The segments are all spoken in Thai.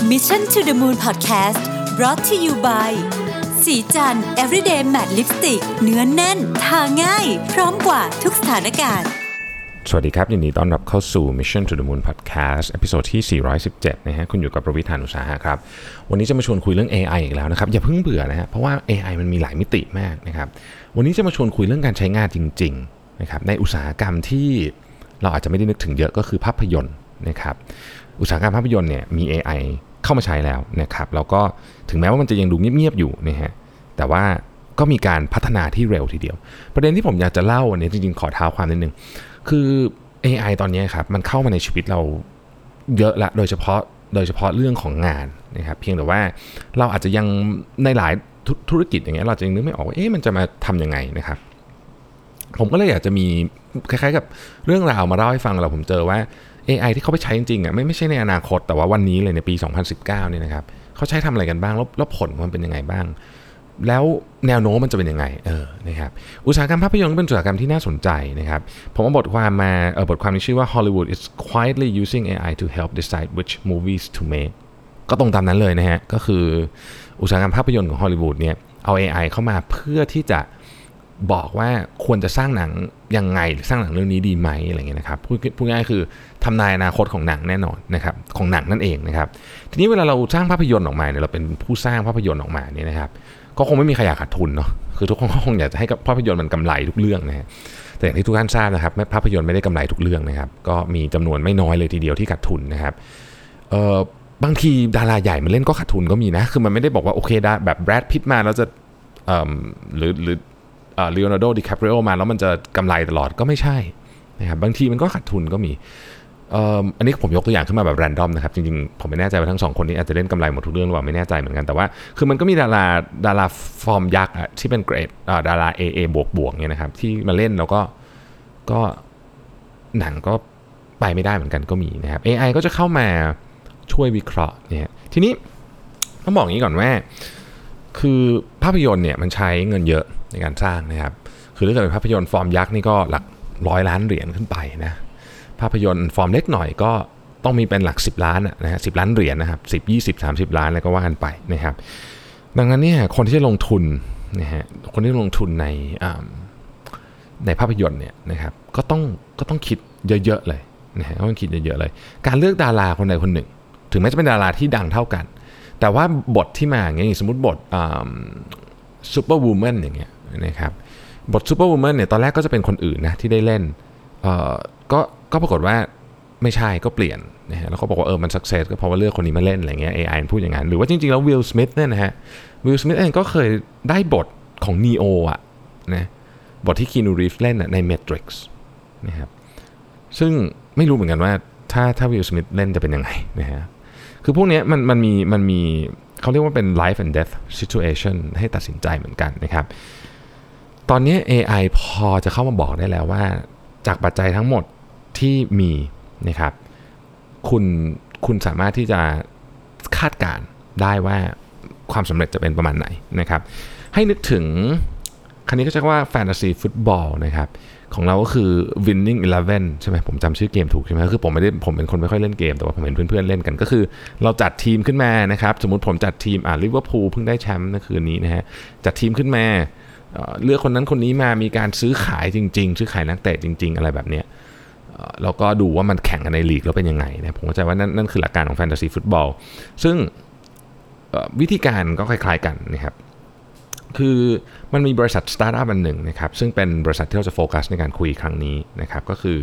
Mission to the Moon Podcast brought to you by สีจัน Everyday Matte Lipstick เนื้อนแน่นทาง่ายพร้อมกว่าทุกสถานการณ์สวัสดีครับยินดีต้อนรับเข้าสู่ Mission to the Moon Podcast ตอนที่417นะฮะคุณอยู่กับประวิทย์ หาญอุตสาหะครับวันนี้จะมาชวนคุยเรื่อง AI อีกแล้วนะครับอย่าเพิ่งเบื่อนะฮะเพราะว่า AI มันมีหลายมิติมากนะครับวันนี้จะมาชวนคุยเรื่องการใช้งานจริงๆนะครับในอุตสาหกรรมที่เราอาจจะไม่ได้นึกถึงเยอะก็คือภาพยนตร์นะครับอุตสาหกรรมภาพยนตร์เนี่ยมี AI เข้ามาใช้แล้วนะครับแล้วก็ถึงแม้ว่ามันจะยังดูเงียบๆอยู่นะฮะแต่ว่าก็มีการพัฒนาที่เร็วทีเดียวประเด็นที่ผมอยากจะเล่าวันนี้จริงๆขอเท้าความนิดนึงคือ AI ตอนนี้ครับมันเข้ามาในชีวิตเราเยอะละโดยเฉพาะเรื่องของงานนะครับเพียงแต่ว่าเราอาจจะยังในหลายธุรกิจอย่างเงี้ยเราจะยังนึกไม่ออกว่ามันจะมาทำยังไงนะครับผมก็เลยอยากจะมีคล้ายๆกับเรื่องราวมาเล่าให้ฟังเราผมเจอว่า AI ที่เขาไปใช้จริงๆอ่ะไม่ใช่ในอนาคตแต่ว่าวันนี้เลยในปี2019เนี่ยนะครับเขาใช้ทำอะไรกันบ้างแล้วผลมันเป็นยังไงบ้างแล้วแนวโน้มมันจะเป็นยังไงนะครับอุตสาหกรรมภาพยนตร์เป็นอุตสาหกรรมที่น่าสนใจนะครับผมเอาบทความมาบทความนี้ชื่อว่า Hollywood is quietly using AI to help decide which movies to make ก็ตรงตามนั้นเลยนะฮะก็คืออุตสาหกรรมภาพยนตร์ของฮอลลีวูดเนี่ยเอา AI เข้ามาเพื่อที่จะบอกว่าควรจะสร้างหนังยังไงหรือสร้างหนังเรื่องนี้ดีไหมอะไรเงี้ยนะครับพูดง่ายๆคือทำนายอนาคตของหนังแน่นอนนะครับของหนังนั่นเองนะครับทีนี้เวลาเราสร้างภาพยนตร์ออกมาเนี่ยเราเป็นผู้สร้างภาพยนตร์ออกมาเนี่ยนะครับก็คงไม่มีใครอยากขาดทุนเนาะคือทุกคนก็คงอยากจะให้กับภาพยนตร์มันกำไรทุกเรื่องนะฮะแต่อย่างที่ทุกท่านทราบนะครับภาพยนตร์ไม่ได้กำไรทุกเรื่องนะครับก็มีจำนวนไม่น้อยเลยทีเดียวที่ขาดทุนนะครับบางทีดาราใหญ่มันเล่นก็ขาดทุนก็มีนะคือมันไม่ได้บอกว่าโอเคได้แบบแบรดพิตต์มาแล้วจะหรือลีโอนาร์โด ดิคาปริโอมาแล้วมันจะกำไรตลอดก็ไม่ใช่นะครับบางทีมันก็ขาดทุนก็มีอันนี้ผมยกตัวอย่างขึ้นมาแบบแรนดอมนะครับจริงๆผมไม่แน่ใจว่าทั้งสองคนนี้อาจจะเล่นกำไรหมดทุกเรื่องหรือเปล่าไม่แน่ใจเหมือนกันแต่ว่าคือมันก็มีดาราฟอร์มยักษ์ที่เป็นเกรดดารา AA บวกเนี่ยนะครับที่มาเล่นแล้วก็หนังก็ไปไม่ได้เหมือนกันก็มีนะครับ AI ก็จะเข้ามาช่วยวิเคราะห์เนี่ยทีนี้ต้องบอกอย่างนี้ก่อนว่าคือภาพยนตร์เนี่ยมันใช้เงินเยอะในการสร้างนะครับคือถ้าเกิดเป็นภาพยนตร์ฟอร์มยักษ์นี่ก็หลัก100 ล้านเหรียญขึ้นไปนะภาพยนตร์ฟอร์มเล็กหน่อยก็ต้องมีเป็นหลัก10 ล้านนะฮะ10 ล้านเหรียญนะครับ10 20 30 ล้านอะไรก็ว่ากันไปนะครับดังนั้นเนี่ยคนที่จะลงทุนนะฮะคนที่ลงทุนในภาพยนตร์เนี่ยนะครับก็ต้องคิดเยอะๆเลยนะฮะต้องคิดเยอะๆเลยการเลือกดาราคนใดคนหนึ่งถึงแม้จะเป็นดาราที่ดังเท่ากันแต่ว่าบทที่มาอย่างเงี้ยสมมติบทซูเปอร์วูแมนอย่างเงี้ยนะครับบทซูเปอร์วูแมนเนี่ยตอนแรกก็จะเป็นคนอื่นนะที่ได้เล่นก็ปรากฏว่าไม่ใช่ก็เปลี่ยนนะฮะแล้วเขาบอกว่ามันสักเซสก็เพราะว่าเลือกคนนี้มาเล่นอะไรเงี้ย AI พูดอย่างนั้นหรือว่าจริงๆแล้ววิลสมิธเนี่ยนะฮะวิลสมิธเองก็เคยได้บทของนีโออ่ะนะบทที่คีนูรีฟเล่นใน Matrix นะครับซึ่งไม่รู้เหมือนกันว่าถ้าวิลสมิธเล่นจะเป็นยังไงนะฮะคือพวกนี้มันมีเขาเรียกว่าเป็น life and death situation ให้ตัดสินใจเหมือนกันนะครับตอนนี้ AI พอจะเข้ามาบอกได้แล้วว่าจากปัจจัยทั้งหมดที่มีนะครับคุณสามารถที่จะคาดการณ์ได้ว่าความสำเร็จจะเป็นประมาณไหนนะครับให้นึกถึงคันนี้ก็จะเรียกว่าแฟนตาซีฟุตบอลนะครับของเราก็คือ Winning Eleven ใช่ไหมผมจำชื่อเกมถูกใช่ไหมคือผมเป็นคนไม่ค่อยเล่นเกมแต่ว่าผมเห็นเพื่อนๆเล่นกันก็คือเราจัดทีมขึ้นมานะครับสมมุติผมจัดทีมลิเวอร์พูลเพิ่งได้แชมป์ในคืนนี้นะฮะจัดทีมขึ้นมาเลือกคนนั้นคนนี้มามีการซื้อขายจริงๆซื้อขายนักเตะจริงๆอะไรแบบเนี้ยแล้วก็ดูว่ามันแข่งกันในลีกแล้วเป็นยังไงนะผมเข้าใจว่านั่นคือหลักการของแฟนตาซีฟุตบอลซึ่งวิธีการก็คล้ายๆกันนะครับคือมันมีบริษัทสตาร์ทอัพอันหนึ่งนะครับซึ่งเป็นบริษัทที่เราจะโฟกัสในการคุยครั้งนี้นะครับก็คือ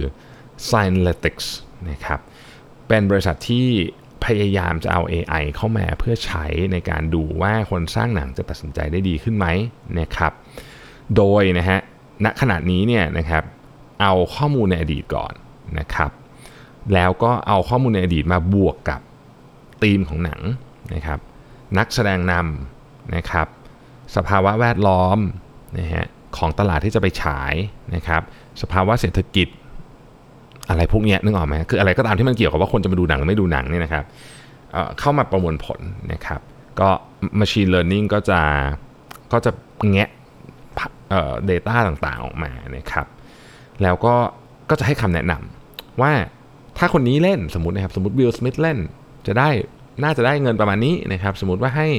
Cynetics นะครับเป็นบริษัทที่พยายามจะเอา AI เข้ามาเพื่อใช้ในการดูว่าคนสร้างหนังจะตัดสินใจได้ดีขึ้นไหมนะครับโดยนะฮะณขณะนี้เนี่ยนะครับเอาข้อมูลในอดีตก่อนนะครับแล้วก็เอาข้อมูลในอดีตมาบวกกับธีมของหนังนะครับนักแสดงนำนะครับสภาวะแวดล้อมนะฮะของตลาดที่จะไปฉายนะครับสภาวะเศรษฐกิจอะไรพวกนี้นึกออกไหมคืออะไรก็ตามที่มันเกี่ยวกับว่าคนจะมาดูหนังหรือไม่ดูหนังเนี่ยนะครับเข้ามาประมวลผลนะครับก็ machine learning ก็จะแงะdata ต่างๆออกมานะครับแล้วก็ ก็จะให้คำแนะนำว่าถ้าคนนี้เล่นสมมตินะครับสมมติวิลสมิธเล่นจะได้น่าจะได้เงินประมาณนี้นะครับสมมุติว่าให้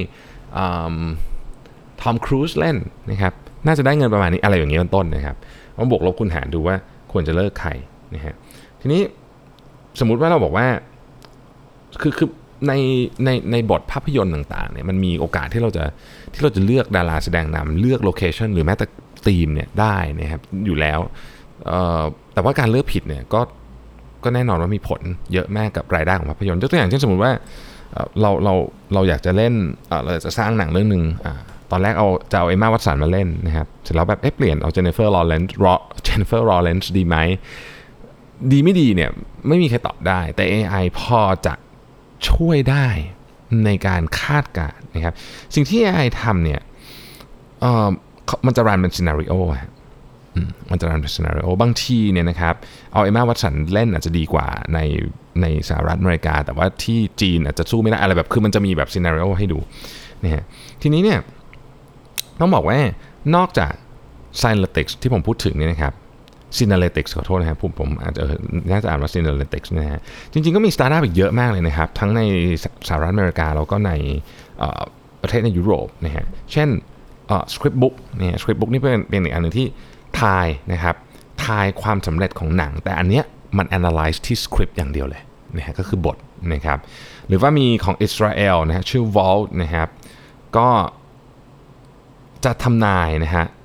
ทอมครูซเล่นนะครับน่าจะได้เงินประมาณนี้อะไรอย่างนี้เป็นต้นนะครับมาบวกลบคูณหารดูว่าควรจะเลิกใครนะฮะทีนี้สมมุติว่าเราบอกว่าคือในบทภาพยนตร์ต่างๆเนี่ยมันมีโอกาสที่เราจะเลือกดาราแสดงนำเลือกโลเคชั่นหรือแม้แต่ธีมเนี่ยได้นะครับอยู่แล้วแต่ว่าการเลือกผิดเนี่ยก็แน่นอนว่ามีผลเยอะมากกับรายได้ของภาพยนตร์ยกตัวอย่างเช่นสมมุติว่าเราอยากจะเล่นเราจะสร้างหนังเรื่องนึงตอนแรกจะเอาเอมม่าวัตสันมาเล่นนะครับเสร็จแล้วแบบเปลี่ยนเอาเจนนิเฟอร์ลอเรนซ์ดีไหมดีไม่ดีเนี่ยไม่มีใครตอบได้แต่ AI พอจะช่วยได้ในการคาดการณ์นะครับสิ่งที่ AI ทำเนี่ยมันจะรันเป็นซีนาริโอมันจะรันเป็นซีนาริโอบางทีเนี่ยนะครับเอาเอมม่าวัตสันเล่นอาจจะดีกว่าในสหรัฐอเมริกาแต่ว่าที่จีนอาจจะสู้ไม่ได้อะไรแบบคือมันจะมีแบบซีนาริโอให้ดูนะฮะทีนี้เนี่ยต้องบอกว่านอกจาก Synalytics ที่ผมพูดถึงเนี่ยนะครับ Synalytics ขอโทษนะครับผมอาจจะน่าจะอ่านว่า Synalytics นะฮะจริงๆก็มีสตาร์ทอัพอีกเยอะมากเลยนะครับทั้งในสหรัฐอเมริกาแล้วก็ในประเทศในยุโรปนะฮะเช่นScriptbook เนี่ย Scriptbook นี่เป็นอีกอันนึงที่ทายนะครับทายความสำเร็จของหนังแต่อันเนี้ยมัน analyze ที่ script อย่างเดียวเลยนะฮะก็คือบทนะครับหรือว่ามีของอิสราเอลนะฮะชื่อ Vault นะครับก็จะทำนายนะฮะ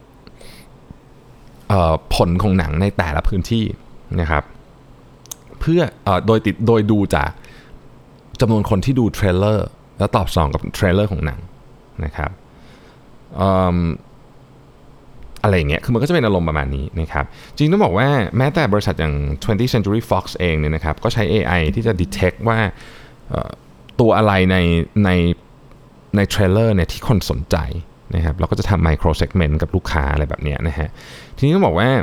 ผลของหนังในแต่ละพื้นที่นะครับเพื่อโดยดูจากจำนวนคนที่ดูเทรลเลอร์แล้วตอบสนองกับเทรลเลอร์ของหนังนะครับอะไรอย่างเงี้ยคือมันก็จะเป็นอารมณ์ประมาณนี้นะครับจริงต้องบอกว่าแม้แต่บริษัทอย่าง 20th Century Fox เองเนี่ยนะครับก็ใช้ AI ที่จะ detect ว่าตัวอะไรในเทรลเลอร์เนี่ยที่คนสนใจนะครับเราก็จะทำ micro segment กับลูกค้าอะไรแบบเนี้ยนะฮะทีนี้ต้องบอกว่า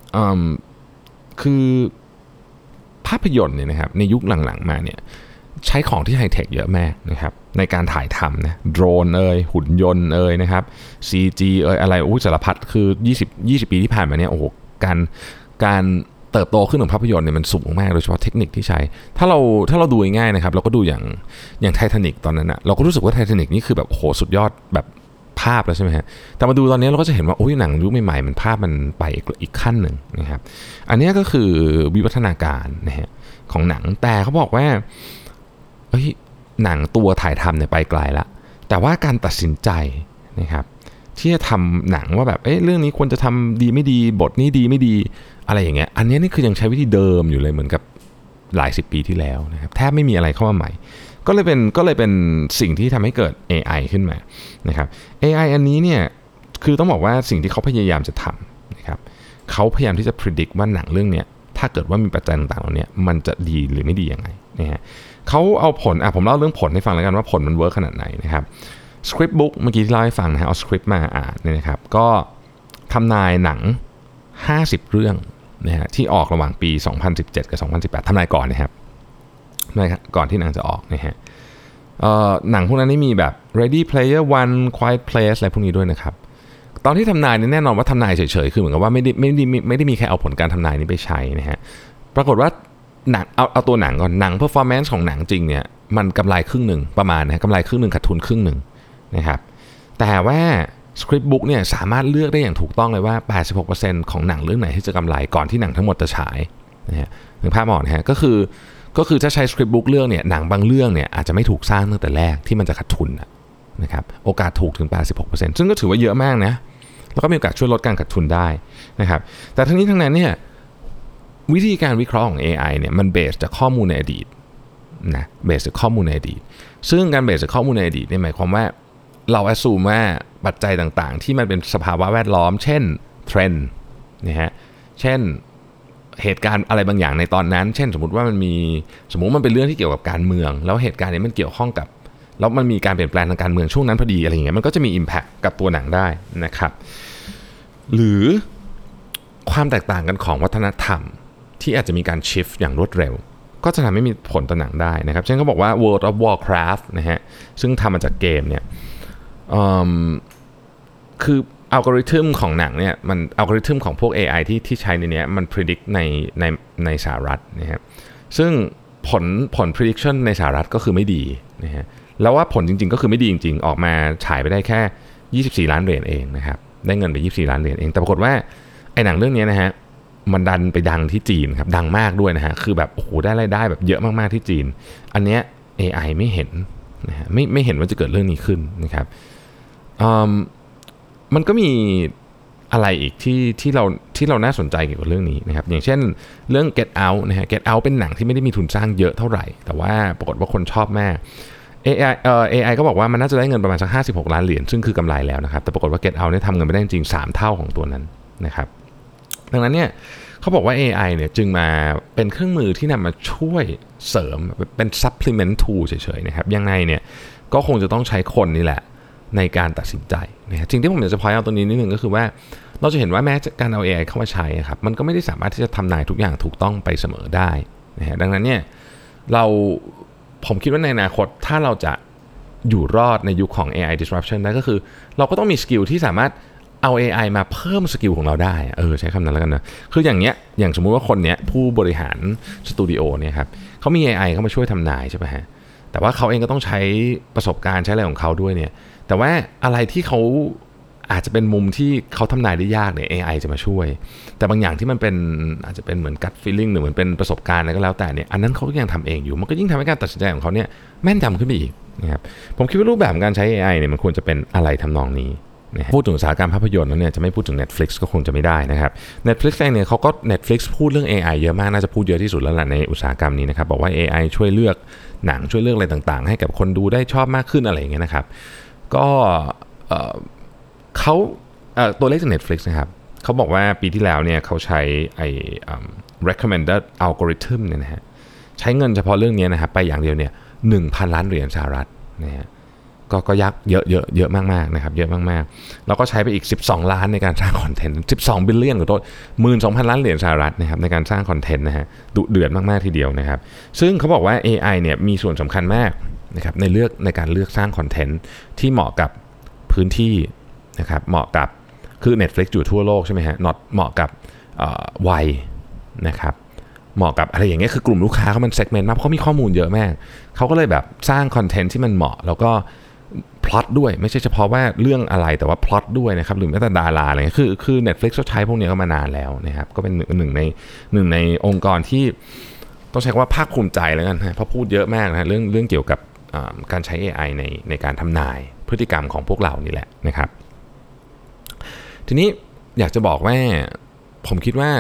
คือภาพยนตร์เนี่ยนะครับในยุคหลังๆมาเนี่ยใช้ของที่ไฮเทคเยอะมากนะครับในการถ่ายทำนะโดรนหุ่นยนต์นะครับ CG อะไรสารพัดคือ20ปีที่ผ่านมาเนี่ยโอ้โหการเติบโตขึ้นของภาพยนตร์เนี่ยมันสูงมากโดยเฉพาะเทคนิคที่ใช้ถ้าเราดูง่ายๆนะครับเราก็ดูอย่างไททานิคตอนนั้นนะเราก็รู้สึกว่าไททานิคนี่คือแบบโอ้โหสุดยอดแบบภาพแล้วใช่ไหมฮะแต่มาดูตอนนี้เราก็จะเห็นว่าโอ้ยหนังยุคใหม่ๆมันภาพมันไปอีกขั้นหนึ่งนะครับอันนี้ก็คือวิวัฒนาการนะฮะของหนังแต่เขาบอกว่าหนังตัวถ่ายทำเนี่ยไปไกลละแต่ว่าการตัดสินใจนะครับที่จะทำหนังว่าแบบเรื่องนี้ควรจะทำดีไม่ดีบทนี้ดีไม่ดีอะไรอย่างเงี้ยอันนี้นี่คือยังใช้วิธีเดิมอยู่เลยเหมือนกับหลาย10 ปีที่แล้วนะครับแทบไม่มีอะไรเข้ามาใหม่ก็เลยเป็นสิ่งที่ทำให้เกิด AI ขึ้นมานะครับ AI อันนี้เนี่ยคือต้องบอกว่าสิ่งที่เขาพยายามจะทำนะครับเขาพยายามที่จะ predict ว่าหนังเรื่องเนี้ยถ้าเกิดว่ามีปัจจัยต่างๆเหล่านี้มันจะดีหรือไม่ดียังไงนะฮะเขาเอาผลผมเล่าเรื่องผลให้ฟังแล้วกันว่าผลมันเวิร์คขนาดไหนนะครับ Scriptbook เมื่อกี้ที่เล่าให้ฟังนะฮะเอาสคริปต์มาอ่านเนี่ยนะครับก็ทำนายหนัง50เรื่องนะฮะที่ออกระหว่างปี2017กับ2018ทำนายก่อนนะครับก่อนที่หนังจะออกนะฮะหนังพวกนั้นนี่มีแบบ Ready Player One Quiet Place อะไรพวกนี้ด้วยนะครับตอนที่ทำนายแน่นอนว่าทำนายเฉยๆคือเหมือนกับว่าไม่ได้มีใครเอาผลการทำนายนี้ไปใช้นะฮะปรากฏว่าหนังเอาตัวหนังก่อนหนัง performance ของหนังจริงเนี่ยมันกำไรครึ่งหนึ่งประมาณนะกำไรครึ่งหนึ่งขาดทุนครึ่งหนึ่งนะครับแต่ว่า Scriptbook เนี่ยสามารถเลือกได้อย่างถูกต้องเลยว่า 86% ของหนังเรื่องไหนที่จะกำไรก่อนที่หนังทั้งหมดจะฉายนะฮะถึงภาพออกนะฮะก็คือถ้าใช้ Scriptbook เรื่องเนี่ยหนังบางเรื่องเนี่ยอาจจะไม่ถูกสร้างตั้งแต่แรกที่มันจะขาดทุนนะครับโอกาสถูกถึง 86% ซึ่งก็ถือว่าเยอะมากนะแล้วก็มีโอกาสช่วยลดการขาดทุนได้นะครับแต่ทั้งนี้ทั้งนั้นเนี่ยวิธีการวิเคราะห์ของ AI เนี่ยมันเบสจากข้อมูลในอดีตนะเบสจากข้อมูลในอดีตซึ่งการเบสจากข้อมูลในอดีตเนี่ยหมายความว่าเราแอสซูมว่าปัจจัยต่างๆที่มันเป็นสภาวะแวดล้อมเช่นเทรนด์นะฮะเช่นเหตุการณ์อะไรบางอย่างในตอนนั้นเช่นสมมุติมันเป็นเรื่องที่เกี่ยวกับการเมืองแล้วเหตุการณ์นี้มันเกี่ยวข้องกับแล้วมันมีการเปลี่ยนแปลงทางการเมืองช่วงนั้นพอดีอะไรอย่างเงี้ยมันก็จะมี impact กับตัวหนังได้นะครับหรือความแตกต่างกันของวัฒนธรรมที่อาจจะมีการ shift อย่างรวดเร็วก็จะทำให้มีผลต่อหนังได้นะครับเช่นเขาบอกว่า World of Warcraft นะฮะซึ่งทำมาจากเกมเนี่ยคืออัลกอริทึมของหนังเนี่ยมันอัลกอริทึมของพวก AI ที่ใช้ในนี้มัน predict ในสหรัฐนะครับซึ่งผล prediction ในสหรัฐก็คือไม่ดีนะฮะแล้วว่าผลจริงๆก็คือไม่ดีจริงๆออกมาฉายไปได้แค่24ล้านเหรียญเองนะครับได้เงินไป24ล้านเหรียญเองแต่ปรากฏว่าไอ้หนังเรื่องนี้นะฮะมันดันไปดังที่จีนครับดังมากด้วยนะฮะคือแบบโอ้โหได้รายได้แบบเยอะมากๆที่จีนอันเนี้ย AI ไม่เห็นนะฮะไม่เห็นว่าจะเกิดเรื่องนี้ขึ้นนะครับมันก็มีอะไรอีกที่เราน่าสนใจเกี่ยวกับเรื่องนี้นะครับอย่างเช่นเรื่อง Get Out นะฮะ Get Out เป็นหนังที่ไม่ได้มีทุนสร้างเยอะเท่าไหร่แต่ว่าปรากฏว่าคนชอบมาก AI ก็บอกว่ามันน่าจะได้เงินประมาณสัก56ล้านเหรียญซึ่งคือกำไรแล้วนะครับแต่ปรากฏว่า Get Out เนี่ยทำเงินไปได้จริงๆ3เท่าของตัวนั้นนะครับดังนั้นเนี่ยเขาบอกว่า AI เนี่ยจึงมาเป็นเครื่องมือที่นำมาช่วยเสริมเป็น supplement tool เฉยๆนะครับยังไงเนี่ยก็คงจะต้องใช้คนนี่แหละในการตัดสินใจนะครับสิ่งที่ผมอยากจะ point out ตัวนี้นิดนึงก็คือว่าเราจะเห็นว่าแม้การเอา AI เข้ามาใช้ครับมันก็ไม่ได้สามารถที่จะทำนายทุกอย่างถูกต้องไปเสมอได้นะฮะดังนั้นเนี่ยผมคิดว่าในอนาคตถ้าเราจะอยู่รอดในยุคของ AI disruption ได้ก็คือเราก็ต้องมีสกิลที่สามารถเอา AI มาเพิ่มสกิลของเราได้ใช้คำนั้นแล้วกันนะคืออย่างสมมุติว่าคนเนี้ยผู้บริหารสตูดิโอเนี่ยครับเขามี AI เข้ามาช่วยทำนายใช่ไหมฮะแต่ว่าเขาเองก็ต้องใช้ประสบการณ์ใช้อะไรของเขาด้วยเนี่ยแต่ว่าอะไรที่เขาอาจจะเป็นมุมที่เขาทำนายได้ยากเนี่ย AI จะมาช่วยแต่บางอย่างที่มันเป็นอาจจะเป็นเหมือน gut feeling หรือเหมือนเป็นประสบการณ์อะไรก็แล้วแต่เนี่ยอันนั้นเขาก็ยังทำเองอยู่มันก็ยิ่งทำให้การตัดสินใจของเขาเนี่ยแม่นยำขึ้นไปอีกนะครับผมคิดว่ารูปแบบการใช้ AI เนี่ยมันควรจะเป็นอะไรทำนองนี้พูดถึงอุตสาหกรรมภาพยนตร์แล้วเนี่ยจะไม่พูดถึง Netflix ก็คงจะไม่ได้นะครับ Netflix เองเนี่ยเขาก็ Netflix พูดเรื่อง AI เยอะมากน่าจะพูดเยอะที่สุดแล้วล่ะในอุตสาหกรรมนี้นะครับบอกว่า AI ช่วยเลือกหนังช่วยเลือกอะไรต่างๆให้กับคนดูได้ชอบมากขึ้นอะไรอย่างเงี้ยนะครับก็เขาตัวเลขจาก Netflix นะครับเขาบอกว่าปีที่แล้วเนี่ยเขาใช้recommended algorithm เนี่ยนะฮะใช้เงินเฉพาะเรื่องนี้นะครับไปอย่างเดียวเนี่ย 1,000 ล้านเหรียญสหรัฐนะฮะก็ยักเยอะมากๆนะครับเยอะมากๆแล้วก็ใช้ไปอีก12ล้านในการสร้างคอนเทนต์12 บิลเลียนขอโทษ 12,000 ล้านเหรียญสหรัฐนะครับในการสร้างคอนเทนต์นะฮะดุเดือดมากๆทีเดียวนะครับซึ่งเขาบอกว่า AI เนี่ยมีส่วนสำคัญมากนะครับในการเลือกสร้างคอนเทนต์ที่เหมาะกับพื้นที่นะครับเหมาะกับคือ Netflix อยู่ทั่วโลกใช่ไหมฮะเหมาะกับวัยนะครับเหมาะกับอะไรอย่างเงี้ยคือกลุ่มลูกค้าเขามันเซกเมนต์มากเพราะเขามีข้อมูลเยอะมากเขาก็เลยแบบสร้างคอนเทนต์ที่มันเหมาะแล้วก็พล็อตด้วยไม่ใช่เฉพาะว่าเรื่องอะไรแต่ว่าพล็อตด้วยนะครับหรือแม้แต่ดาราอะไรคือ Netflix เขาใช้พวกนี้ก็มานานแล้วนะครับก็เป็นหนึ่งในองค์กรที่ต้องใช้คำว่าภาคภูมิใจแล้วกันเพราะพูดเยอะมากนะเรื่องเกี่ยวกับการใช้ AI ในการทำนายพฤติกรรมของพวกเรานี่แหละนะครับทีนี้อยากจะบอกว่าผมคิดว่า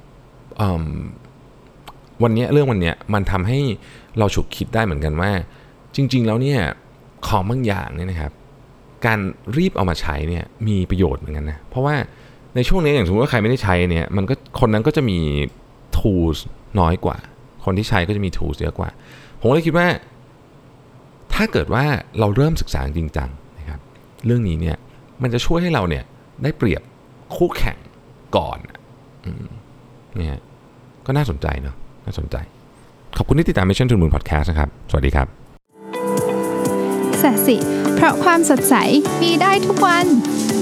วันนี้มันทำให้เราฉุกคิดได้เหมือนกันว่าจริงๆแล้วเนี่ยของบางอย่างเนี่ยนะครับการรีบเอามาใช้เนี่ยมีประโยชน์เหมือนกันนะเพราะว่าในช่วงนี้อย่างสมมติว่าใครไม่ได้ใช้เนี่ยมันก็คนนั้นก็จะมี tools น้อยกว่าคนที่ใช้ก็จะมี tools เยอะกว่าผมเลยคิดว่าถ้าเกิดว่าเราเริ่มศึกษาจริงจังนะครับเรื่องนี้เนี่ยมันจะช่วยให้เราเนี่ยได้เปรียบคู่แข่งก่อนเนี่ยก็น่าสนใจเนาะน่าสนใจขอบคุณที่ติดตาม Mission to the Moon Podcast นะครับสวัสดีครับสัสิเพราะความสดใสมีได้ทุกวัน